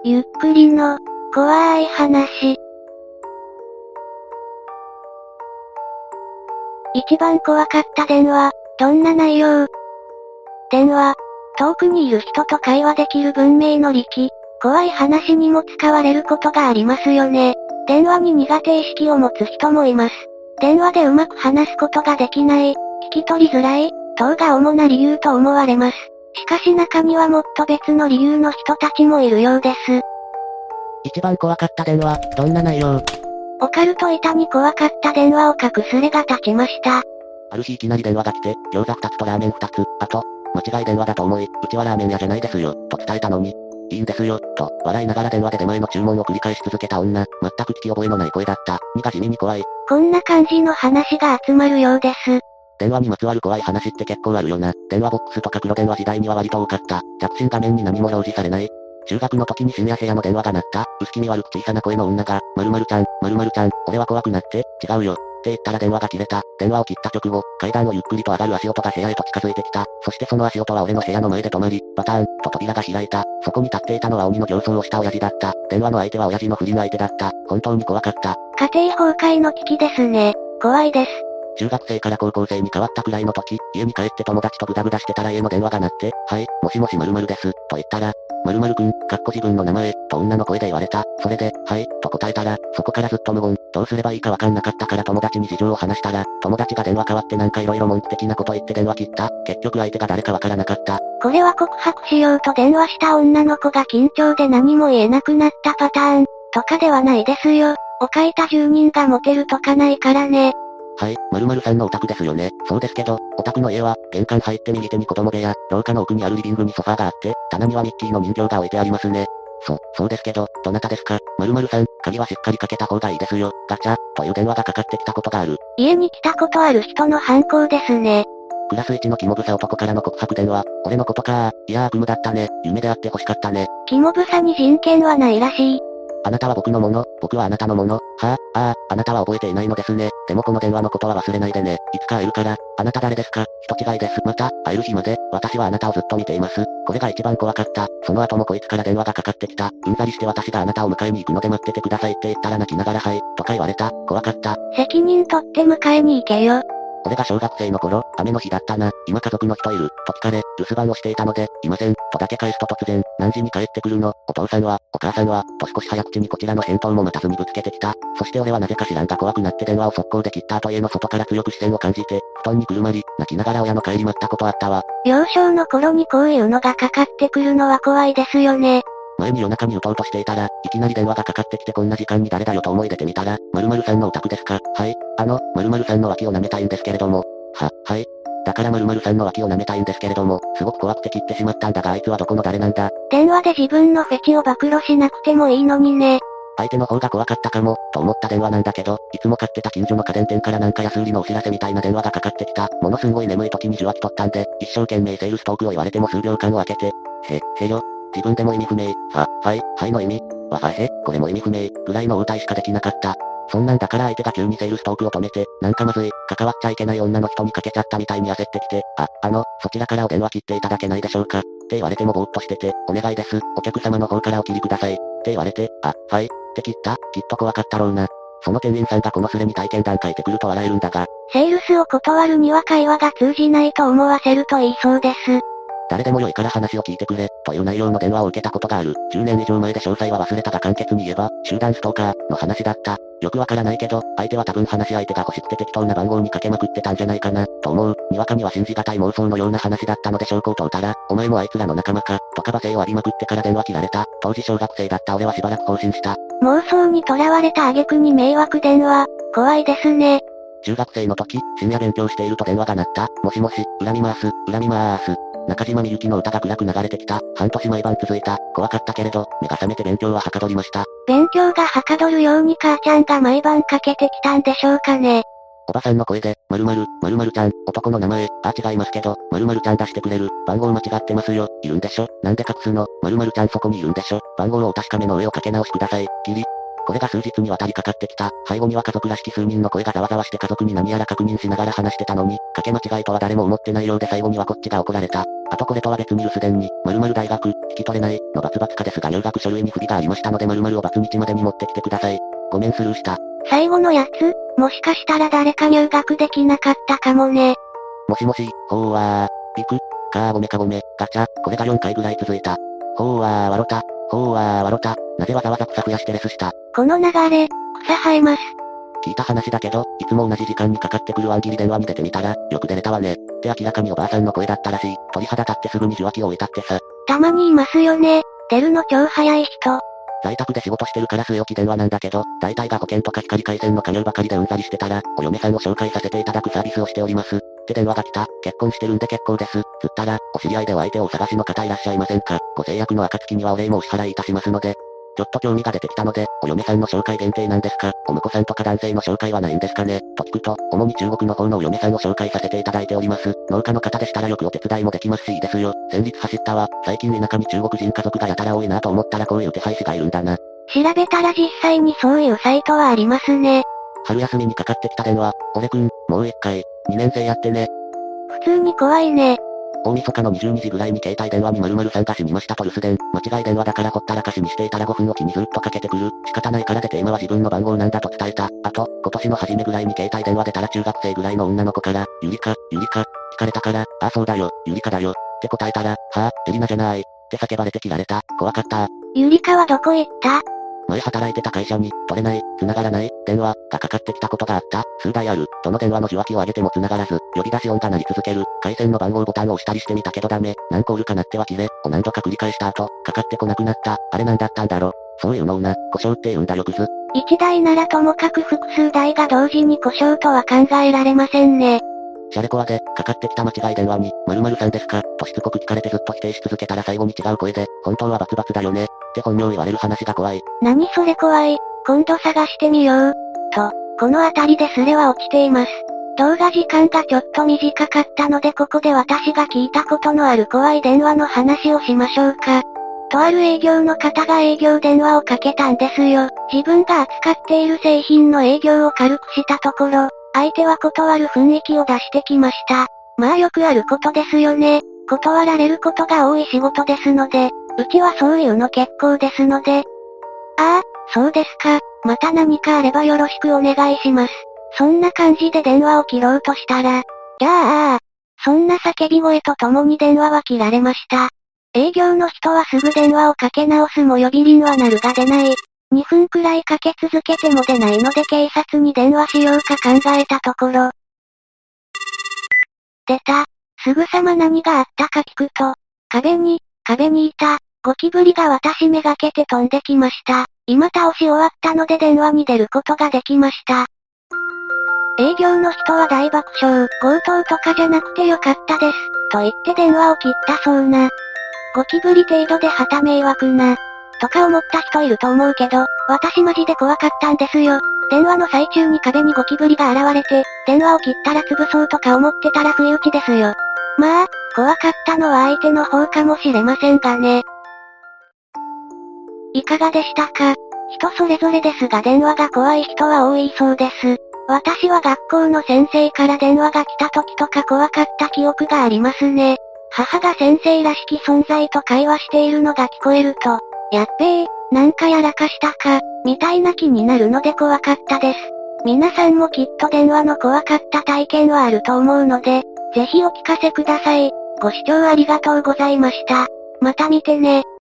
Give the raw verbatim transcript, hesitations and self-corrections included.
ゆっくりの、怖い話。一番怖かった電話、どんな内容？電話、遠くにいる人と会話できる文明の利器、怖い話にも使われることがありますよね。電話に苦手意識を持つ人もいます。電話でうまく話すことができない、聞き取りづらい、等が主な理由と思われます。しかし中にはもっと別の理由の人たちもいるようです。 一番怖かった電話、どんな内容？ オカルト板に怖かった電話を書くスレが立ちました。 ある日いきなり電話が来て、餃子二つとラーメン二つ、あと、間違い電話だと思い、うちはラーメン屋じゃないですよ、と伝えたのに、いいんですよ、と、笑いながら電話で出前の注文を繰り返し続けた女、全く聞き覚えのない声だった、にが地味に怖い。 こんな感じの話が集まるようです。 電話にまつわる怖い話って結構あるよな。電話ボックスとか黒電話時代には割と多かった。着信画面に何も表示されない。中学の時に深夜部屋の電話が鳴った。薄気味悪く小さな声の女が、〇〇ちゃん、〇〇ちゃん、俺は怖くなって、違うよ。って言ったら電話が切れた。電話を切った直後、階段をゆっくりと上がる足音が部屋へと近づいてきた。そしてその足音は俺の部屋の前で止まり、バターン、と扉が開いた。そこに立っていたのは鬼の形相をした親父だった。電話の相手は親父の不倫相手だった。本当に怖かった。 家庭崩壊の危機ですね。怖いです。 中学生から高校生に変わったくらいの時、家に帰って友達とグダグダしてたら家の電話が鳴って、はい、もしもし〇〇です、と言ったら、〇〇くん、かっこ自分の名前、と女の声で言われた。それで、はい、と答えたら、そこからずっと無言、どうすればいいかわかんなかったから友達に事情を話したら、友達が電話変わってなんか色々文句的なこと言って電話切った。結局相手が誰かわからなかった。 これは告白しようと電話した女の子が緊張で何も言えなくなったパターン、とかではないですよ。お書いた住人がモテるとかないからね。 はい、〇〇さんのお宅ですよね。そうですけど、お宅の家は、玄関入って右手に子供部屋、廊下の奥にあるリビングにソファーがあって、棚にはミッキーの人形が置いてありますね。そ、そうですけど、どなたですか？〇〇さん、鍵はしっかりかけた方がいいですよ。ガチャ、という電話がかかってきたことがある。 家に来たことある人の犯行ですね。 クラスいちのキモブサ男からの告白電話、俺のことかー、いやー悪夢だったね、夢であって欲しかったね。 キモブサに人権はないらしい。 あなたは僕のもの、僕はあなたのもの、はぁ、あ、ああ、あなたは覚えていないのですね。でもこの電話のことは忘れないでね。いつか会えるから、あなた誰ですか？人違いです。また、会える日まで、私はあなたをずっと見ています。これが一番怖かった。その後もこいつから電話がかかってきた。うんざりして私があなたを迎えに行くので待っててくださいって言ったら泣きながらはい、とか言われた。怖かった。 責任取って迎えに行けよ。 俺が小学生の頃、雨の日だったな、今家族の人いる、と聞かれ、留守番をしていたので、いません、とだけ返すと突然、何時に帰ってくるの？お父さんは、お母さんは、と少し早口にこちらの返答も待たずにぶつけてきた。そして俺はなぜか知らんが怖くなって電話を速攻で切った後家の外から強く視線を感じて、布団にくるまり、泣きながら親の帰り待ったことあったわ。 幼少の頃にこういうのがかかってくるのは怖いですよね。 前に夜中に打とうとしていたら、いきなり電話がかかってきてこんな時間に誰だよと思い出てみたら、〇〇さんのお宅ですか？はい、あの、〇〇さんの脇を舐めたいんですけれども。は、はい。だから〇〇さんの脇を舐めたいんですけれども、すごく怖くて切ってしまったんだがあいつはどこの誰なんだ？ 電話で自分のフェチを暴露しなくてもいいのにね。 相手の方が怖かったかも、と思った電話なんだけど、いつも買ってた近所の家電店からなんか安売りのお知らせみたいな電話がかかってきた。ものすんごい眠い時に受話器取ったんで、一生懸命セールストークを言われても数秒間を空けて、へ、へよ。自分でも意味不明、ファ、ファイ、はいの意味、わファへ、これも意味不明、ぐらいの応対しかできなかった。そんなんだから相手が急にセールストークを止めて、なんかまずい、関わっちゃいけない女の人にかけちゃったみたいに焦ってきて、あ、あの、そちらからお電話切っていただけないでしょうか、って言われてもぼーっとしてて、お願いです、お客様の方からお切りください、って言われて、あ、はい、って切った、きっと怖かったろうな。その店員さんがこのスレに体験談書いてくると笑えるんだが、 セールスを断るには会話が通じないと思わせるといいそうです。 誰でも良いから話を聞いてくれ、という内容の電話を受けたことがある。じゅうねん以上前で詳細は忘れたが簡潔に言えば、集団ストーカーの話だった。よくわからないけど、相手は多分話し相手が欲しくて適当な番号にかけまくってたんじゃないかな、と思う。にわかには信じがたい妄想のような話だったので証拠を問うたら、お前もあいつらの仲間か、とか罵声を浴びまくってから電話切られた。当時小学生だった俺はしばらく放心した。 妄想に囚われた挙句に迷惑電話、怖いですね。 中学生の時、深夜勉強していると電話が鳴った。もしもし、恨みまーす、恨みまーす。中島みゆきの歌が暗く流れてきた。半年毎晩続いた。怖かったけれど、目が覚めて勉強ははかどりました。 勉強がはかどるように母ちゃんが毎晩かけてきたんでしょうかね。 おばさんの声で、〇〇、〇〇ちゃん、男の名前、あ、違いますけど、〇〇ちゃん出してくれる。番号間違ってますよ。いるんでしょ？なんで隠すの？〇〇ちゃんそこにいるんでしょ？番号をお確かめの上をかけ直しください。キリ。 これが数日にわたりかかってきた。背後には家族らしき数人の声がざわざわして家族に何やら確認しながら話してたのに、かけ間違いとは誰も思ってないようで最後にはこっちが怒られた。あとこれとは別に留守電に、〇〇大学、引き取れない、のバツバツ化ですが入学書類に不備がありましたので〇〇をバツ日までに持ってきてください。ごめんスルーした。 最後のやつ、もしかしたら誰か入学できなかったかもね。 もしもし、ほーわー、ビク、かーごめかごめ、ガチャ、これがよんかいぐらい続いた。ほーわーわろた、ほーわーわろた、なぜわざわざ草増やしてレスした。 この流れ、草生えます。 聞いた話だけど、いつも同じ時間にかかってくるワン切り電話に出てみたら、よく出れたわね。って明らかにおばあさんの声だったらしい。鳥肌立ってすぐに受話器を置いたってさ。 たまにいますよね。出るの超早い人。 在宅で仕事してるから据え置き電話なんだけど、大体が保険とか光回線の加入ばかりでうんざりしてたら、お嫁さんを紹介させていただくサービスをしております。って電話が来た。結婚してるんで結構です。つったら、お知り合いでお相手をお探しの方いらっしゃいませんか。ご制約の暁にはお礼もお支払いいたしますので。ちょっと興味が出てきたので、お嫁さんの紹介限定なんですか？お婿さんとか男性の紹介はないんですかね？と聞くと、主に中国の方のお嫁さんを紹介させていただいております。農家の方でしたらよくお手伝いもできますしいいですよ。先日走ったわ。最近田舎に中国人家族がやたら多いなと思ったらこういう手配師がいるんだな。 調べたら実際にそういうサイトはありますね。 春休みにかかってきた電話、俺くん、もう一回、にねん生やってね。 普通に怖いね。 大晦日のにじゅうにじぐらいに携帯電話に〇〇さんが死にましたと留守電。間違い電話だからほったらかしにしていたらごふんおきにずっとかけてくる。仕方ないからでテーマは自分の番号なんだと伝えた。あと、今年の初めぐらいに携帯電話出たら中学生ぐらいの女の子から、ゆりか、ゆりか、聞かれたから、ああそうだよ、ゆりかだよ、って答えたら、はぁ、エリナじゃない、って叫ばれて切られた。怖かった。 ゆりかはどこ行った？ 前働いてた会社に、取れない、繋がらない、電話、がかかってきたことがあった。数台ある。どの電話の受話器を上げても繋がらず、呼び出し音が鳴り続ける。回線の番号ボタンを押したりしてみたけどダメ。何コールか鳴っては切れ、を何度か繰り返した後、かかってこなくなった。あれなんだったんだろ。そういうのをな、故障って言うんだよクズ。 一台ならともかく複数台が同時に故障とは考えられませんね。 シャレコアで、かかってきた間違い電話に、〇〇さんですか、としつこく聞かれてずっと否定し続けたら最後に違う声で、本当はバツバツだよね、って本名言われる話が怖い。 何それ怖い。今度探してみよう。と、この辺りでスレは落ちています。動画時間がちょっと短かったのでここで私が聞いたことのある怖い電話の話をしましょうか。とある営業の方が営業電話をかけたんですよ。自分が扱っている製品の営業を軽くしたところ、相手は断る雰囲気を出してきました。まあよくあることですよね。断られることが多い仕事ですので、うちはそういうの結構ですので。ああ、そうですか。また何かあればよろしくお願いします。そんな感じで電話を切ろうとしたら、ギャーあー。そんな叫び声とともに電話は切られました。営業の人はすぐ電話をかけ直すも呼び鈴は鳴るが出ない。にふんくらいかけ続けても出ないので警察に電話しようか考えたところ。出た。すぐさま何があったか聞くと、壁に、壁にいた、ゴキブリが私めがけて飛んできました。今倒し終わったので電話に出ることができました。営業の人は大爆笑。強盗とかじゃなくてよかったです。と言って電話を切ったそうな。ゴキブリ程度で旗迷惑な。とか思った人いると思うけど、私マジで怖かったんですよ。電話の最中に壁にゴキブリが現れて、電話を切ったら潰そうとか思ってたら不意打ちですよ。まあ、怖かったのは相手の方かもしれませんがね。いかがでしたか？人それぞれですが電話が怖い人は多いそうです。私は学校の先生から電話が来た時とか怖かった記憶がありますね。母が先生らしき存在と会話しているのが聞こえると、やっべえ、なんかやらかしたか、みたいな気になるので怖かったです。皆さんもきっと電話の怖かった体験はあると思うので、ぜひお聞かせください。ご視聴ありがとうございました。また見てね。